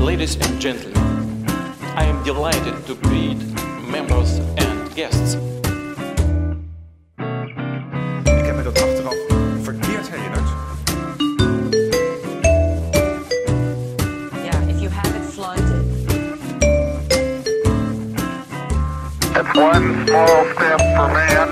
Ladies and gentlemen, I am delighted to greet members and guests. Ik heb me dat achteraf verkeerd herinnerd. Yeah, if you have it flaunted. It's one small step for man.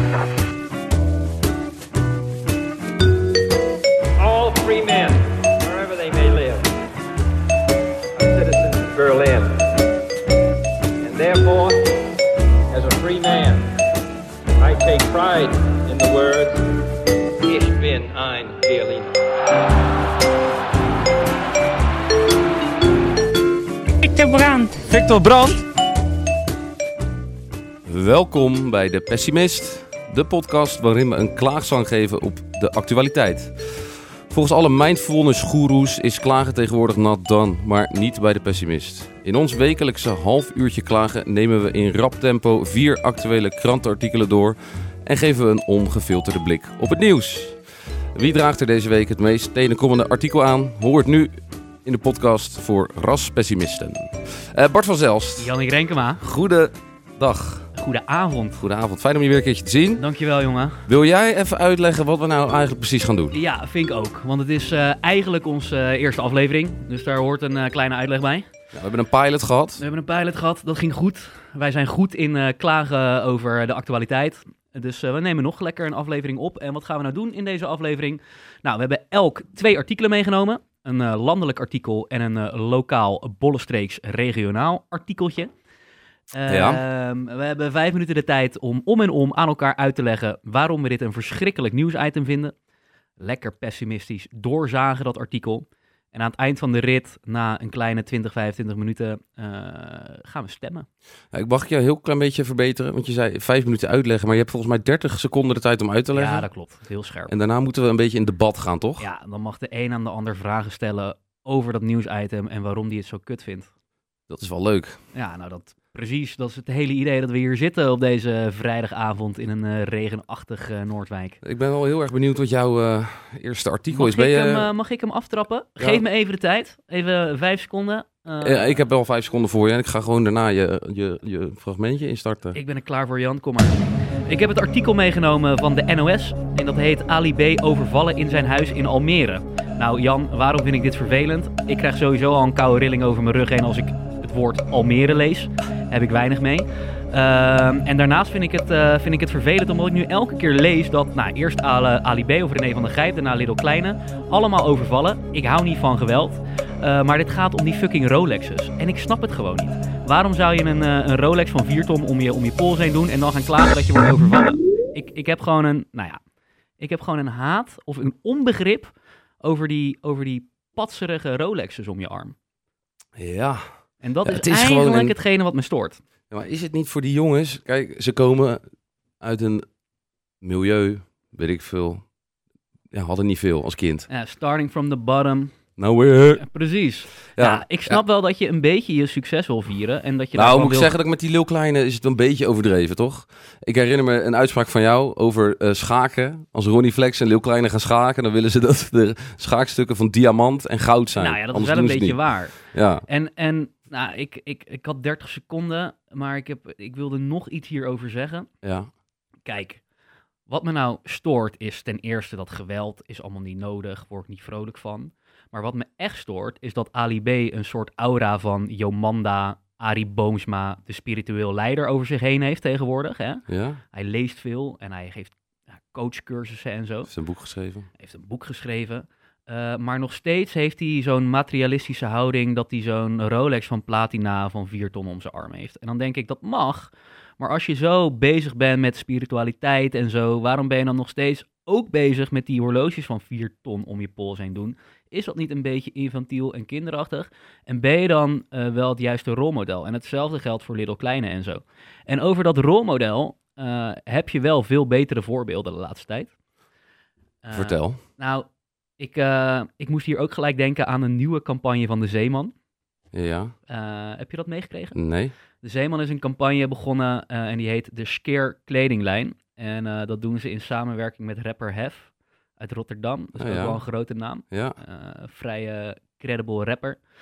All free men, wherever they may live, are citizens of Berlin. And therefore, as a free man, I take pride in the words, Ich bin ein Berliner. Victor Brandt. Welkom bij De Pessimist, de podcast waarin we een klaagzang geven op de actualiteit. Volgens alle mindfulness-goeroes is klagen tegenwoordig not done, maar niet bij De Pessimist. In ons wekelijkse half uurtje klagen nemen we in rap tempo 4 actuele krantenartikelen door en geven we een ongefilterde blik op het nieuws. Wie draagt er deze week het meest tenenkommende artikel aan? Hoor het nu in de podcast voor raspessimisten. Bart van Zelst. Jannik Renkema. Goedendag. Goedenavond. Goedenavond. Fijn om je weer een keertje te zien. Dankjewel, jongen. Wil jij even uitleggen wat we nou eigenlijk precies gaan doen? Ja, vind ik ook. Want het is eigenlijk onze eerste aflevering. Dus daar hoort een kleine uitleg bij. Ja, we hebben een pilot gehad. We hebben een pilot gehad. Dat ging goed. Wij zijn goed in klagen over de actualiteit. Dus we nemen nog lekker een aflevering op. En wat gaan we nou doen in deze aflevering? Nou, we hebben elk 2 artikelen meegenomen. Een landelijk artikel en een lokaal bollestreeks regionaal artikeltje. We hebben 5 minuten de tijd om en om aan elkaar uit te leggen waarom we dit een verschrikkelijk nieuwsitem vinden. Lekker pessimistisch doorzagen dat artikel. En aan het eind van de rit, na een kleine 20-25 minuten, gaan we stemmen. Ja, ik mag je een heel klein beetje verbeteren, want je zei 5 minuten uitleggen, maar je hebt volgens mij 30 seconden de tijd om uit te leggen. Ja, dat klopt. Heel scherp. En daarna moeten we een beetje in debat gaan, toch? Ja, dan mag de een aan de ander vragen stellen over dat nieuwsitem en waarom die het zo kut vindt. Dat is wel leuk. Ja, nou precies, dat is het hele idee dat we hier zitten op deze vrijdagavond in een regenachtig Noordwijk. Ik ben wel heel erg benieuwd wat jouw eerste artikel mag is. Mag ik hem aftrappen? Ja. Geef me even de tijd. Even 5 seconden. Ik heb wel 5 seconden voor je en ik ga gewoon daarna je fragmentje instarten. Ik ben er klaar voor, Jan. Kom maar. Ik heb het artikel meegenomen van de NOS en dat heet Ali B. overvallen in zijn huis in Almere. Nou Jan, waarom vind ik dit vervelend? Ik krijg sowieso al een koude rilling over mijn rug heen als ik het woord Almere lees. Heb ik weinig mee. En daarnaast vind ik het vervelend omdat ik nu elke keer lees dat eerst Ali B. of René van der Gijp, daarna Lidl Kleine, allemaal overvallen. Ik hou niet van geweld. Maar dit gaat om die fucking Rolexes. En ik snap het gewoon niet. Waarom zou je een Rolex van 4 ton om je pols heen doen en dan gaan klagen dat je wordt overvallen? Ik heb gewoon een haat of een onbegrip over die patserige Rolexes om je arm. Ja. En dat het is is eigenlijk gewoon hetgene wat me stoort. Ja, maar is het niet voor die jongens? Kijk, ze komen uit een milieu, weet ik veel. Ja, hadden niet veel als kind. Ja, starting from the bottom. Nou weer. Ja, precies. Ja, Ja, ik snap wel dat je een beetje je succes wil vieren. En dat je Nou, daarvan moet ik zeggen dat ik met die Lil Kleine is het een beetje overdreven, toch? Ik herinner me een uitspraak van jou over schaken. Als Ronnie Flex en Lil Kleine gaan schaken, dan willen ze dat de schaakstukken van diamant en goud zijn. Nou ja, dat Anders is wel een doen ze beetje het niet. waar. Ja. En nou, ik had 30 seconden, maar ik wilde nog iets hierover zeggen. Ja. Kijk, wat me nou stoort is ten eerste dat geweld is allemaal niet nodig, word ik niet vrolijk van. Maar wat me echt stoort is dat Ali B. een soort aura van Jomanda, Arie Boomsma, de spiritueel leider over zich heen heeft tegenwoordig. Hè? Ja? Hij leest veel en hij geeft coachcursussen en zo. Heeft een boek geschreven. Heeft een boek geschreven. Maar nog steeds heeft hij zo'n materialistische houding dat hij zo'n Rolex van platina van 4 ton om zijn arm heeft. En dan denk ik, dat mag. Maar als je zo bezig bent met spiritualiteit en zo, waarom ben je dan nog steeds ook bezig met die horloges van 4 ton om je pols heen doen? Is dat niet een beetje infantiel en kinderachtig? En ben je dan wel het juiste rolmodel? En hetzelfde geldt voor Lidl Kleine en zo. En over dat rolmodel heb je wel veel betere voorbeelden de laatste tijd. Vertel. Nou, ik moest hier ook gelijk denken aan een nieuwe campagne van de Zeeman. Ja. Heb je dat meegekregen? Nee. De Zeeman is een campagne begonnen en die heet de Scare Kledinglijn. En dat doen ze in samenwerking met rapper Hef uit Rotterdam. Dat is ook wel een grote naam. Ja. Vrij credible rapper.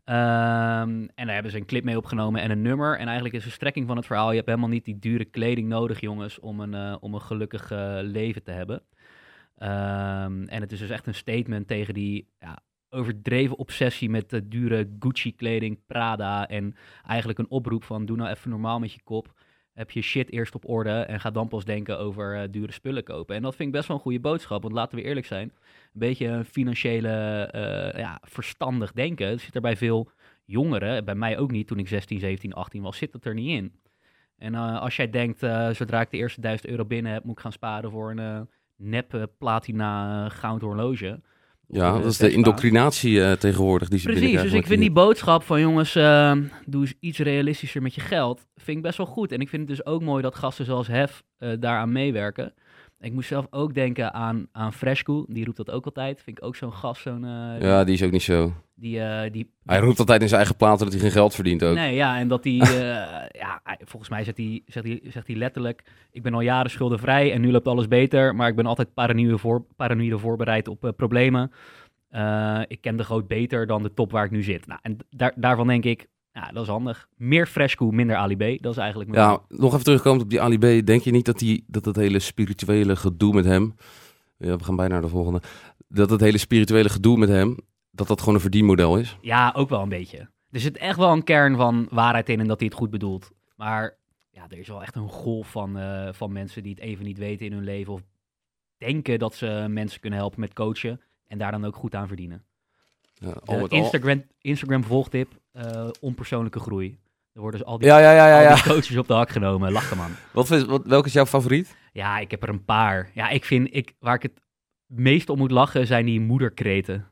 En daar hebben ze een clip mee opgenomen en een nummer. En eigenlijk is de strekking van het verhaal... je hebt helemaal niet die dure kleding nodig, jongens... om een gelukkig leven te hebben. En het is dus echt een statement tegen die overdreven obsessie... met dure Gucci-kleding, Prada... en eigenlijk een oproep van... doe nou even normaal met je kop... heb je shit eerst op orde en ga dan pas denken over dure spullen kopen. En dat vind ik best wel een goede boodschap, want laten we eerlijk zijn. Een beetje een financiële, verstandig denken. Het zit er bij veel jongeren, bij mij ook niet, toen ik 16, 17, 18 was, zit het er niet in. En als jij denkt, zodra ik de eerste €1000 binnen heb, moet ik gaan sparen voor een nep platina goud horloge. Ja, dat is de indoctrinatie tegenwoordig die ze Precies, dus ik vind die boodschap van jongens, doe eens iets realistischer met je geld, vind ik best wel goed. En ik vind het dus ook mooi dat gasten zoals Hef daaraan meewerken. Ik moest zelf ook denken aan Freshco, die roept dat ook altijd. Vind ik ook zo'n gast, ja, die is ook niet zo. Hij roept altijd in zijn eigen platen dat hij geen geld verdient ook. Nee, ja, en dat hij, volgens mij zegt hij letterlijk, ik ben al jaren schuldenvrij en nu loopt alles beter, maar ik ben altijd paranoïde voorbereid op problemen. Ik ken de goot beter dan de top waar ik nu zit. Nou, en daarvan denk ik, ja, dat is handig. Meer Freshco, minder Ali B. Dat is eigenlijk... nog even terugkomend op die Ali B. Denk je niet dat het hele spirituele gedoe met hem... Ja, we gaan bijna naar de volgende. Dat het hele spirituele gedoe met hem... dat gewoon een verdienmodel is? Ja, ook wel een beetje. Er zit echt wel een kern van waarheid in en dat hij het goed bedoelt. Maar ja, er is wel echt een golf van mensen die het even niet weten in hun leven... of denken dat ze mensen kunnen helpen met coachen... en daar dan ook goed aan verdienen. Ja, Instagram volgtip, onpersoonlijke groei. Er worden dus al die coaches op de hak genomen. Lachen, man. Welke is jouw favoriet? Ja, ik heb er een paar. Ja, waar ik het meest om moet lachen zijn die moederkreten.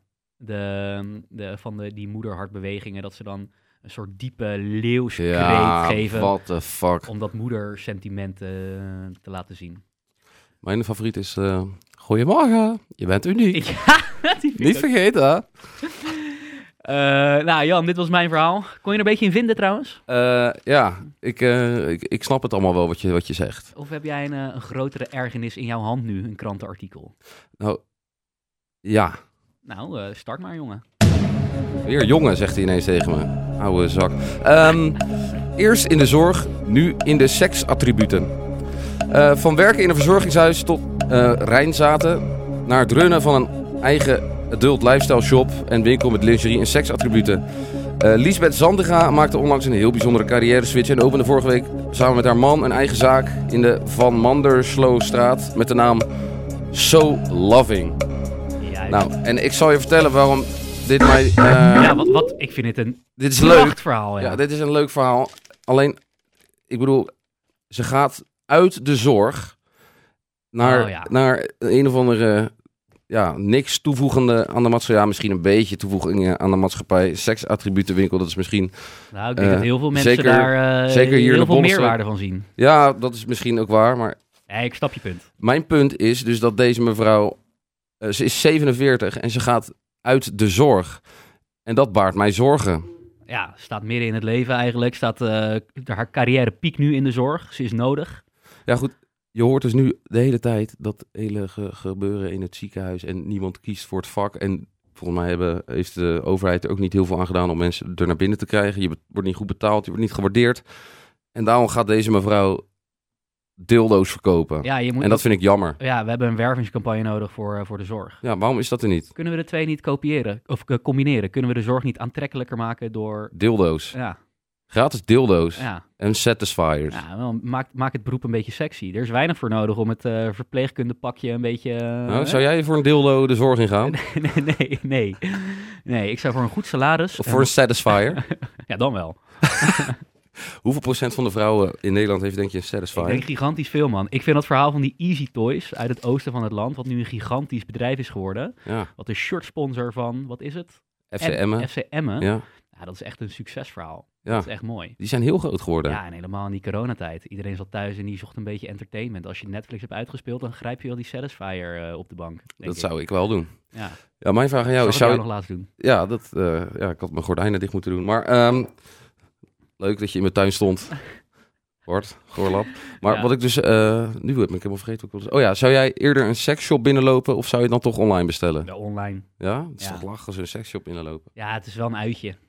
Die moederhartbewegingen, dat ze dan een soort diepe leeuwskreet geven. What the fuck. Om dat moedersentiment te laten zien. Mijn favoriet is... Goedemorgen, je bent uniek. Ja, niet vergeten. Nou Jan, dit was mijn verhaal. Kon je er een beetje in vinden trouwens? Ja, ik snap het allemaal wel wat je zegt. Of heb jij een grotere ergernis in jouw hand nu, een krantenartikel? Nou, ja. Nou, start maar jongen. Weer jongen, zegt hij ineens tegen me. Oude zak. Eerst in de zorg, nu in de seksattributen. Van werken in een verzorgingshuis tot Rijnzaten... naar het runnen van een eigen adult lifestyle shop... en winkel met lingerie en seksattributen. Liesbeth Zandiga maakte onlangs een heel bijzondere carrière switch... en opende vorige week samen met haar man een eigen zaak... in de Van Mandersloostraat met de naam So Loving. Ja, nou, en ik zal je vertellen waarom dit mij... ik vind het dit is leuk verhaal. Ja, dit is een leuk verhaal. Alleen, ik bedoel, ze gaat uit de zorg... naar een of andere... niks toevoegende aan de maatschappij. Ja, misschien een beetje toevoeging aan de maatschappij. Seksattributenwinkel, dat is misschien... Nou, ik denk dat heel veel mensen daar zeker hier heel veel meerwaarde van zien. Ja, dat is misschien ook waar, maar... Ja, ik snap je punt. Mijn punt is dus dat deze mevrouw... ze is 47 en ze gaat uit de zorg. En dat baart mij zorgen. Ja, ze staat midden in het leven eigenlijk. Staat haar carrière piek nu in de zorg. Ze is nodig. Ja, goed. Je hoort dus nu de hele tijd dat hele gebeuren in het ziekenhuis en niemand kiest voor het vak. En volgens mij heeft de overheid er ook niet heel veel aan gedaan om mensen er naar binnen te krijgen. Je wordt niet goed betaald, je wordt niet gewaardeerd. En daarom gaat deze mevrouw dildo's verkopen. Ja, en dat vind ik jammer. Ja, we hebben een wervingscampagne nodig voor de zorg. Ja, waarom is dat er niet? Kunnen we de twee niet combineren? Kunnen we de zorg niet aantrekkelijker maken door... Dildo's. Ja. Gratis dildo's en satisfiers. Ja, maak het beroep een beetje sexy. Er is weinig voor nodig om het verpleegkundepakje een beetje... zou jij voor een dildo de zorg ingaan? Nee, ik zou voor een goed salaris... Of voor een satisfier? Ja, dan wel. Hoeveel procent van de vrouwen in Nederland heeft denk je een satisfier? Ik denk gigantisch veel, man. Ik vind dat verhaal van die Easy Toys uit het oosten van het land, wat nu een gigantisch bedrijf is geworden. Ja. Wat de shirtsponsor van, wat is het? FC Emmen. FC Emmen. Ja, dat is echt een succesverhaal. Ja. Dat is echt mooi. Die zijn heel groot geworden. Ja, en helemaal in die coronatijd. Iedereen zat thuis en die zocht een beetje entertainment. Als je Netflix hebt uitgespeeld, dan grijp je wel die Satisfier op de bank. Dat zou ik wel doen. Ja, mijn vraag aan jou is... Zou je nog laten doen? Ja, ik had mijn gordijnen dicht moeten doen. Maar leuk dat je in mijn tuin stond. Goorlap. Maar wat ik dus... nu heb ik helemaal vergeten. Zou jij eerder een seksshop binnenlopen of zou je dan toch online bestellen? Ja, online. Ja? Het is toch lachen als een seksshop binnenlopen? Ja, het is wel een uitje.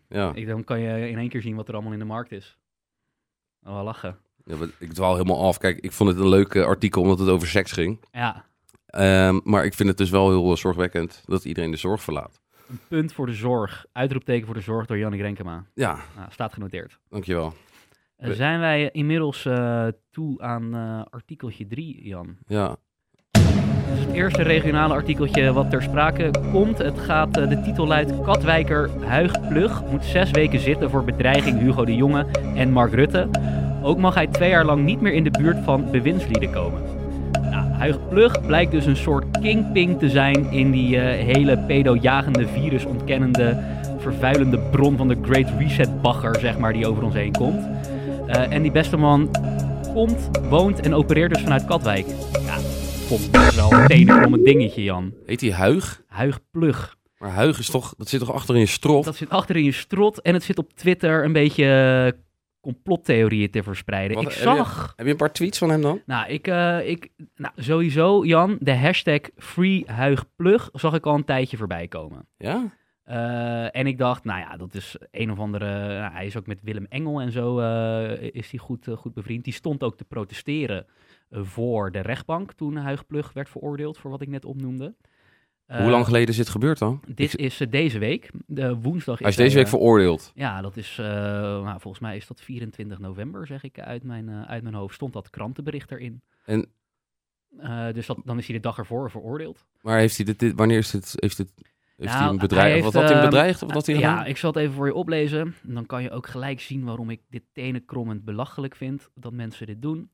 Ja. Dan kan je in één keer zien wat er allemaal in de markt is. Oh, wel lachen. Ja, maar ik dwaal helemaal af. Kijk, ik vond het een leuk artikel omdat het over seks ging. Ja, Maar ik vind het dus wel heel zorgwekkend dat iedereen de zorg verlaat. een punt voor de zorg. Uitroepteken voor de zorg door Jannik Renkema. Ja, Nou, staat genoteerd. dankjewel. Zijn wij inmiddels toe aan artikeltje 3, Jan? Ja, Dus het eerste regionale artikeltje wat ter sprake komt. Het gaat, de titel luidt: Katwijker Huig Plug moet 6 weken zitten voor bedreiging Hugo de Jonge en Mark Rutte. Ook mag hij 2 jaar lang niet meer in de buurt van bewindslieden komen. Nou, Huig Plug blijkt dus een soort kingpin te zijn in die hele pedojagende, virusontkennende, vervuilende bron van de Great Reset bagger, zeg maar, die over ons heen komt. En die beste man komt, woont en opereert dus vanuit Katwijk. Ja, vond ik wel een tenenkrommend dingetje, Jan. heet die Huig? Huig Plug. Maar Huig is toch, dat zit toch achter in je strot? Dat zit achter in je strot en het zit op Twitter een beetje complottheorieën te verspreiden. Wat, Ik zag... Heb je een paar tweets van hem dan? Nou, sowieso, Jan, de hashtag FreeHuigPlug zag ik al een tijdje voorbij komen. Ja? En ik dacht, nou ja, dat is een of andere... hij is ook met Willem Engel en zo is hij goed bevriend. Die stond ook te protesteren voor de rechtbank toen Huig Plug werd veroordeeld voor wat ik net opnoemde. Hoe lang geleden is dit gebeurd dan? Dit is deze week. Woensdag Hij is deze week veroordeeld. Ja, dat is, volgens mij is dat 24 november, zeg ik uit mijn hoofd. Stond dat krantenbericht erin. En, Dus dan is hij de dag ervoor veroordeeld. maar heeft hij dit wanneer is dit, heeft hij een bedreigd? heeft, Wat had hij bedreigd? Of wat had hij gedaan? Ja, ik zal het even voor je oplezen. Dan kan je ook gelijk zien waarom ik dit tenenkrommend belachelijk vind dat mensen dit doen.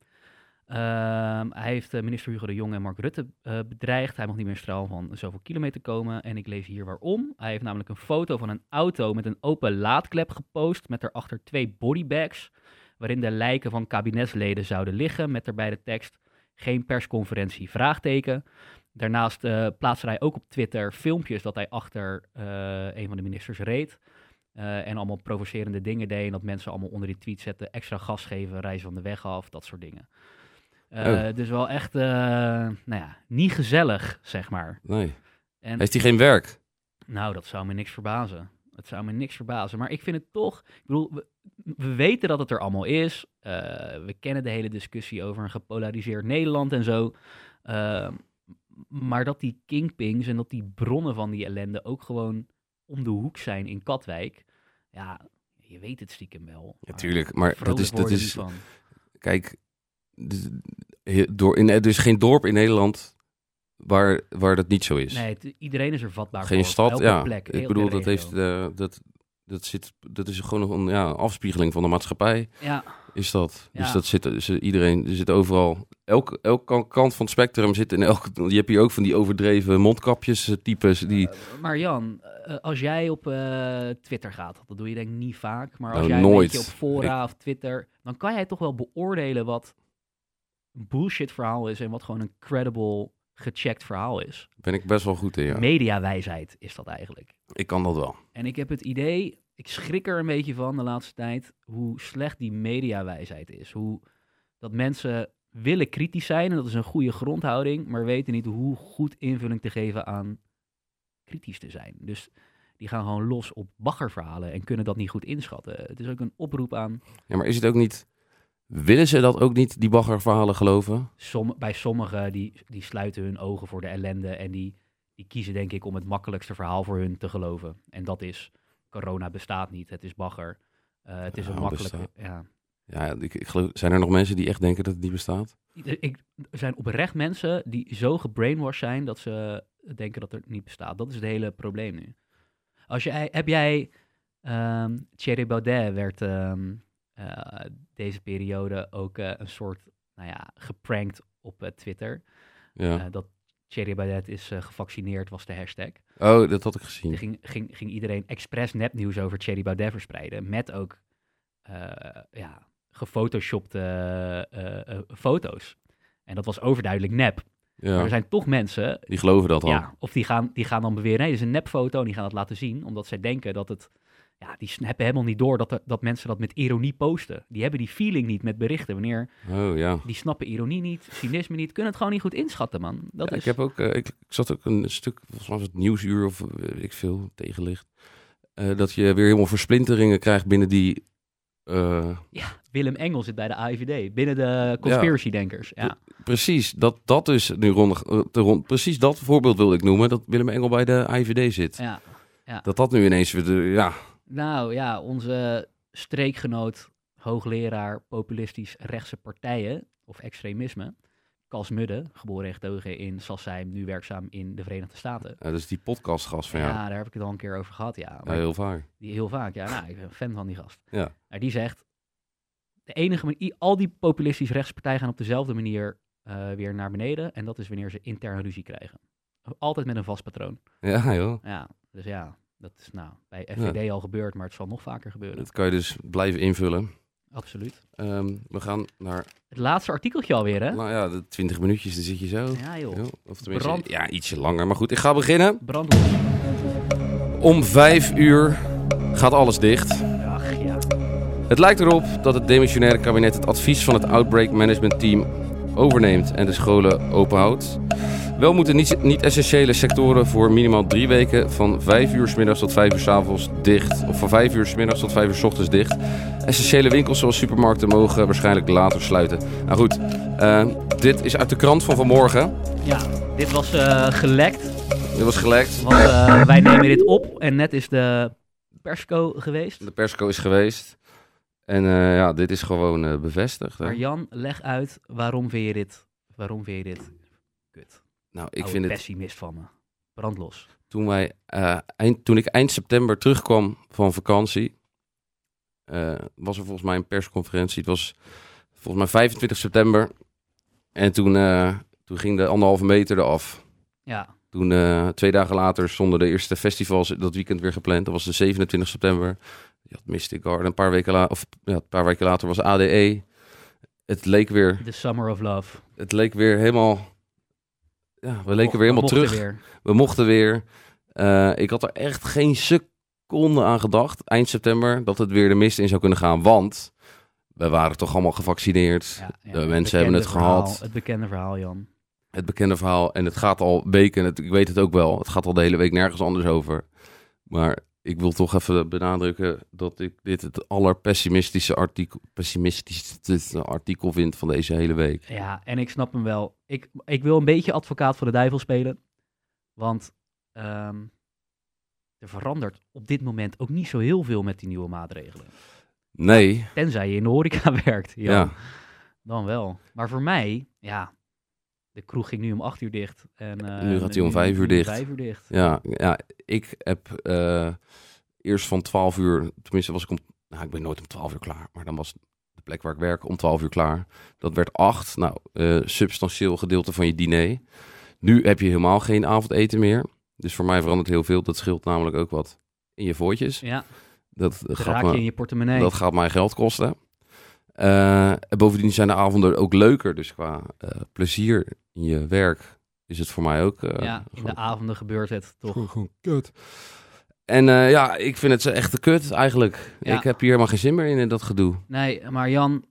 Hij heeft minister Hugo de Jonge en Mark Rutte bedreigd. Hij mag niet meer in straal van zoveel kilometer komen. En ik lees hier waarom. Hij heeft namelijk een foto van een auto met een open laadklep gepost met daarachter 2 bodybags, waarin de lijken van kabinetsleden zouden liggen, met daarbij de tekst: geen persconferentie, vraagteken. Daarnaast plaatste hij ook op Twitter filmpjes dat hij achter een van de ministers reed. En allemaal provocerende dingen deed. En dat mensen allemaal onder die tweet zetten: extra gas geven, reizen van de weg af, dat soort dingen. Dus wel echt, niet gezellig, zeg maar. Nee. En, Heeft hij geen werk? nou, dat zou me niks verbazen. Het zou me niks verbazen. Maar ik vind het toch... Ik bedoel, we weten dat het er allemaal is. We kennen de hele discussie over een gepolariseerd Nederland en zo. Maar dat die kingpins en dat die bronnen van die ellende ook gewoon om de hoek zijn in Katwijk. Ja, je weet het stiekem wel. Ja, tuurlijk. Maar dat vrolijk worden is niet van. kijk, er is geen dorp in Nederland waar dat niet zo is. Nee, iedereen is er vatbaar Geen voor. stad, Elke ja. plek, Ik elke bedoel, dat regio. heeft dat is gewoon een afspiegeling van de maatschappij. Ja, Is dat? Ja. Dus iedereen, er zit overal. Elke kant van het spectrum zit in elke. Je hebt hier ook van die overdreven mondkapjes types die. maar Jan, als jij op Twitter gaat, dat doe je denk ik niet vaak, maar als Nou, jij nooit. een beetje op fora of Twitter, dan kan jij toch wel beoordelen wat een bullshit verhaal is en wat gewoon een credible, gecheckt verhaal is. Ben ik best wel goed in, ja. Mediawijsheid is dat eigenlijk. Ik kan dat wel. En ik heb het idee, ik schrik er een beetje van de laatste tijd, hoe slecht die mediawijsheid is. Hoe dat mensen willen kritisch zijn, en dat is een goede grondhouding, maar weten niet hoe goed invulling te geven aan kritisch te zijn. Dus die gaan gewoon los op baggerverhalen en kunnen dat niet goed inschatten. Het is ook een oproep aan... Ja, maar is het ook niet. Willen ze dat ook niet, die baggerverhalen geloven? Bij sommigen die sluiten hun ogen voor de ellende en die kiezen denk ik om het makkelijkste verhaal voor hun te geloven. En dat is, corona bestaat niet, het is bagger. Het is een makkelijke... Ja. Ja, ik geloof, zijn er nog mensen die echt denken dat het niet bestaat? Er zijn oprecht mensen die zo gebrainwashed zijn dat ze denken dat het niet bestaat. Dat is het hele probleem nu. Heb jij... Thierry Baudet werd deze periode ook een soort, geprankt op Twitter. Ja. Dat Thierry Baudet is gevaccineerd, was de hashtag. Oh, dat had ik gezien. Er ging iedereen expres nepnieuws over Thierry Baudet verspreiden. Met ook gefotoshopte foto's. En dat was overduidelijk nep. Maar Ja, er zijn toch mensen... die geloven dat al. Ja, of die gaan dan beweren, nee, dit is een nepfoto en die gaan dat laten zien. Omdat zij denken dat het... Ja, die hebben helemaal niet door dat mensen dat met ironie posten. Die hebben die feeling niet met berichten. Wanneer Oh ja. die snappen ironie niet, cynisme niet, kunnen het gewoon niet goed inschatten, man. Dat Ja, is... ik heb ook, ik zat ook een stuk, volgens mij was het Nieuwsuur of weet ik veel, tegenlicht. Dat je weer helemaal versplinteringen krijgt binnen die... Willem Engel zit bij de AIVD, binnen de conspiracy-denkers. Ja. Precies, dat dus nu precies dat voorbeeld wilde ik noemen, dat Willem Engel bij de AIVD zit. Ja. Dat nu ineens weer, Nou ja, onze streekgenoot, hoogleraar populistisch rechtse partijen of extremisme, Cas Mudde, geboren en getogen in Sassheim, nu werkzaam in de Verenigde Staten. Ja, dat is die podcastgast van jou. Ja, daar heb ik het al een keer over gehad, ja. Ja, heel vaak. Heel vaak, ja. Nou, ik ben een fan van die gast. Ja. Maar die zegt, de enige manier, al die populistisch rechtse partijen gaan op dezelfde manier weer naar beneden. En dat is wanneer ze interne ruzie krijgen. Altijd met een vast patroon. Ja, joh. Ja, dus ja, dat is bij FVD al gebeurd, maar het zal nog vaker gebeuren. Dat kan je dus blijven invullen. Absoluut. We gaan naar... Het laatste artikeltje alweer, hè? Nou ja, de 20 minuutjes, dan zit je zo. Ja, joh. Of tenminste, ietsje langer. Maar goed, ik ga beginnen. Brandlos. Om 5 uur gaat alles dicht. Ach, ja. Het lijkt erop dat het demissionaire kabinet het advies van het Outbreak Management Team overneemt en de scholen openhoudt. Wel moeten niet-essentiële sectoren voor minimaal 3 weken van 5 uur 's middags tot 5 uur 's avonds dicht. Of van 5 uur 's middags tot 5 uur 's ochtends dicht. Essentiële winkels zoals supermarkten mogen waarschijnlijk later sluiten. Nou goed, dit is uit de krant van vanmorgen. Ja, dit was gelekt. Dit was gelekt. Want wij nemen dit op en net is de persco geweest. De persco is geweest. En dit is gewoon bevestigd. Hè? Maar Jan, leg uit, waarom vind je dit kut? Nou, ik vind het... pessimist van me. Brandlos. Toen ik eind september terugkwam van vakantie, was er volgens mij een persconferentie. Het was volgens mij 25 september. En toen ging de 1,5 meter eraf. Ja. Toen 2 dagen later stonden de eerste festivals dat weekend weer gepland. Dat was de 27 september. Je had Mystic Garden. Een paar weken later was ADE. Het leek weer... The Summer of Love. Het leek weer helemaal... Ja, we leken weer helemaal terug. We mochten weer. Ik had er echt geen seconde aan gedacht, eind september, dat het weer de mist in zou kunnen gaan. Want we waren toch allemaal gevaccineerd. Ja, de mensen hebben het gehad. Het bekende verhaal, Jan. Het bekende verhaal. En het gaat al weken, ik weet het ook wel. Het gaat al de hele week nergens anders over. Maar ik wil toch even benadrukken dat ik dit het allerpessimistische artikel vind van deze hele week. Ja, en ik snap hem wel. Ik wil een beetje advocaat voor de duivel spelen. Want er verandert op dit moment ook niet zo heel veel met die nieuwe maatregelen. Nee. Tenzij je in de horeca werkt. Ja. Dan wel. Maar voor mij, ja, de kroeg ging nu om 8 uur dicht. En, nu gaat hij om 5 uur dicht. 5 uur dicht. Ja, ik heb eerst van 12 uur, tenminste was ik ik ben nooit om 12 uur klaar. Maar dan was de plek waar ik werk om 12 uur klaar. Dat werd 8. Nou, substantieel gedeelte van je diner. Nu heb je helemaal geen avondeten meer. Dus voor mij verandert heel veel. Dat scheelt namelijk ook wat in je voortjes. Ja, dat raak je in je portemonnee. Dat gaat mij geld kosten. Bovendien zijn de avonden ook leuker. Dus qua plezier in je werk is het voor mij ook... in de avonden gebeurt het toch. Gewoon kut. En ik vind het echt te kut eigenlijk. Ja. Ik heb hier helemaal geen zin meer in dat gedoe. Nee, maar Jan,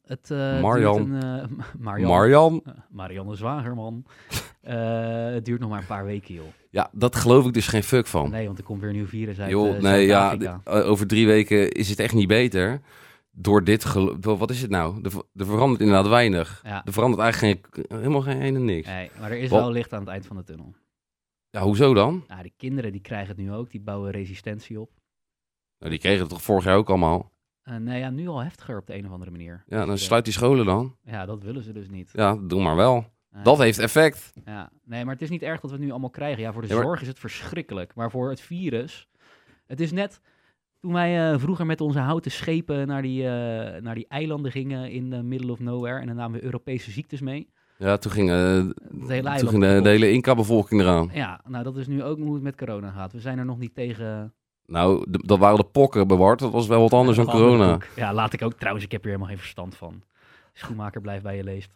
Marianne Zwagerman. Het duurt nog maar een paar weken, joh. Ja, dat geloof ik dus geen fuck van. Nee, want er komt weer een nieuw virus uit Zuid-Afrika. Over 3 weken is het echt niet beter. Door dit wat is het nou? Er verandert inderdaad weinig. Ja. Er verandert eigenlijk helemaal geen ene niks. Nee, maar er is wel licht aan het eind van de tunnel. Ja, hoezo dan? Nou, die kinderen die krijgen het nu ook. Die bouwen resistentie op. Nou, die kregen het toch vorig jaar ook allemaal? Nu al heftiger op de een of andere manier. Ja, dan sluit die scholen dan. Ja, dat willen ze dus niet. Ja, doe maar wel. Dat heeft effect. Ja, nee, maar het is niet erg dat we het nu allemaal krijgen. Ja, voor de zorg is het verschrikkelijk. Maar voor het virus... Het is net... Toen wij vroeger met onze houten schepen naar die eilanden gingen in the middle of nowhere... en dan namen we Europese ziektes mee... Ja, toen ging de hele Inca-bevolking eraan. Ja, nou dat is nu ook hoe het met corona gaat. We zijn er nog niet tegen... Nou, dat waren de pokken beward. Dat was wel wat anders dan corona. Ja, laat ik ook. Trouwens, ik heb hier helemaal geen verstand van. Schoenmaker blijft bij je leest.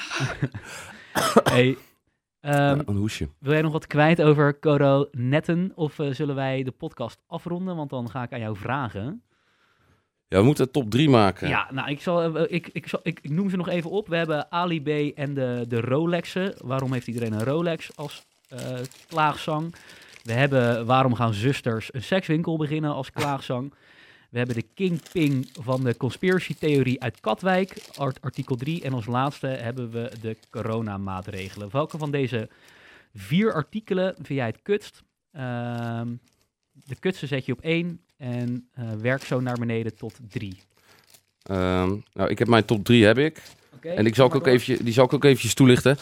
Hey, een hoesje. Wil jij nog wat kwijt over coronetten? Of zullen wij de podcast afronden? Want dan ga ik aan jou vragen. Ja, we moeten top 3 maken. Ja, nou, ik noem ze nog even op. We hebben Ali B en de Rolexen. Waarom heeft iedereen een Rolex als klaagzang? We hebben Waarom gaan zusters een sekswinkel beginnen als klaagzang. We hebben de kingpin van de conspiracy-theorie uit Katwijk, artikel 3. En als laatste hebben we de coronamaatregelen. Welke van deze 4 artikelen vind jij het kutst? De kutste zet je op 1 en werk zo naar beneden tot 3. Nou, ik heb mijn top 3 heb ik. Okay, En die zal ik ook eventjes toelichten.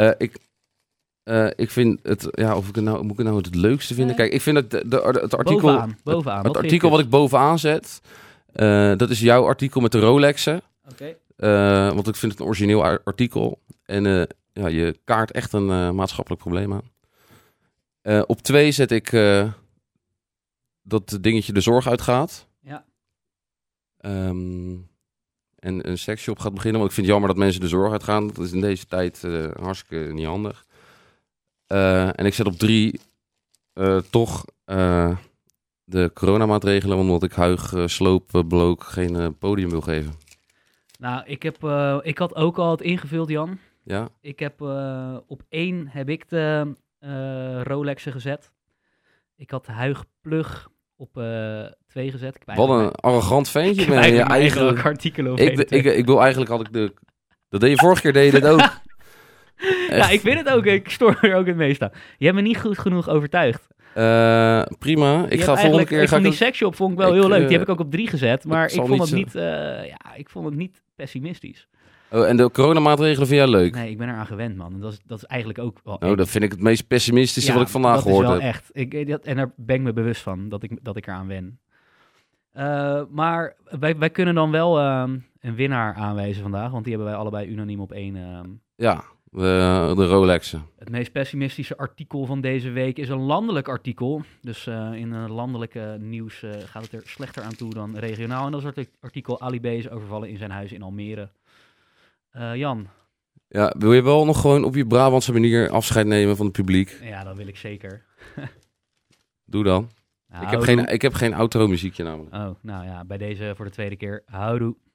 Ik vind het, ja, of ik het nou, moet ik het nou het leukste vinden? Kijk, ik vind het artikel, bovenaan. het artikel wat ik bovenaan zet, dat is jouw artikel met de Rolexen. Okay. Want ik vind het een origineel artikel. En je kaart echt een maatschappelijk probleem aan. Op 2 zet ik dat dingetje de zorg uitgaat. Ja. En een seksshop gaat beginnen. Want ik vind het jammer dat mensen de zorg uitgaan. Dat is in deze tijd hartstikke niet handig. En ik zet op 3 toch de coronamaatregelen. Omdat ik Huig, Sloop, Blook geen podium wil geven. Nou, ik had ook al het ingevuld, Jan. Ja? Ik heb op 1 heb ik de Rolexen gezet. Ik had Huig Plug op 2 gezet. Wat een arrogant ventje. Ik heb je eigen artikelen op ik wil eigenlijk, had ik dat deed je vorige keer, deed je dat ook. Ja, ik vind het ook. Ik stoor er ook het meest aan. Je hebt me niet goed genoeg overtuigd. Prima. Ik ga volgende keer... Ik vond die seksshop vond ik wel heel leuk. Die heb ik ook op 3 gezet. Maar ik vond het niet pessimistisch. Oh, en de coronamaatregelen vind jij leuk? Nee, ik ben eraan gewend, man. En dat is eigenlijk ook wel... Oh, dat vind ik het meest pessimistische wat ik vandaag gehoord heb. Dat is wel echt. En daar ben ik me bewust van, dat ik eraan wen. Maar wij kunnen dan wel een winnaar aanwijzen vandaag. Want die hebben wij allebei unaniem op 1... Ja, de Rolexen. Het meest pessimistische artikel van deze week is een landelijk artikel. Dus in landelijke nieuws gaat het er slechter aan toe dan regionaal. En dat is het artikel Ali B is overvallen in zijn huis in Almere. Jan? Ja, wil je wel nog gewoon op je Brabantse manier afscheid nemen van het publiek? Ja, dat wil ik zeker. Doe dan. Ik heb geen outro muziekje namelijk. Oh, nou ja, bij deze voor de tweede keer. Houdoe.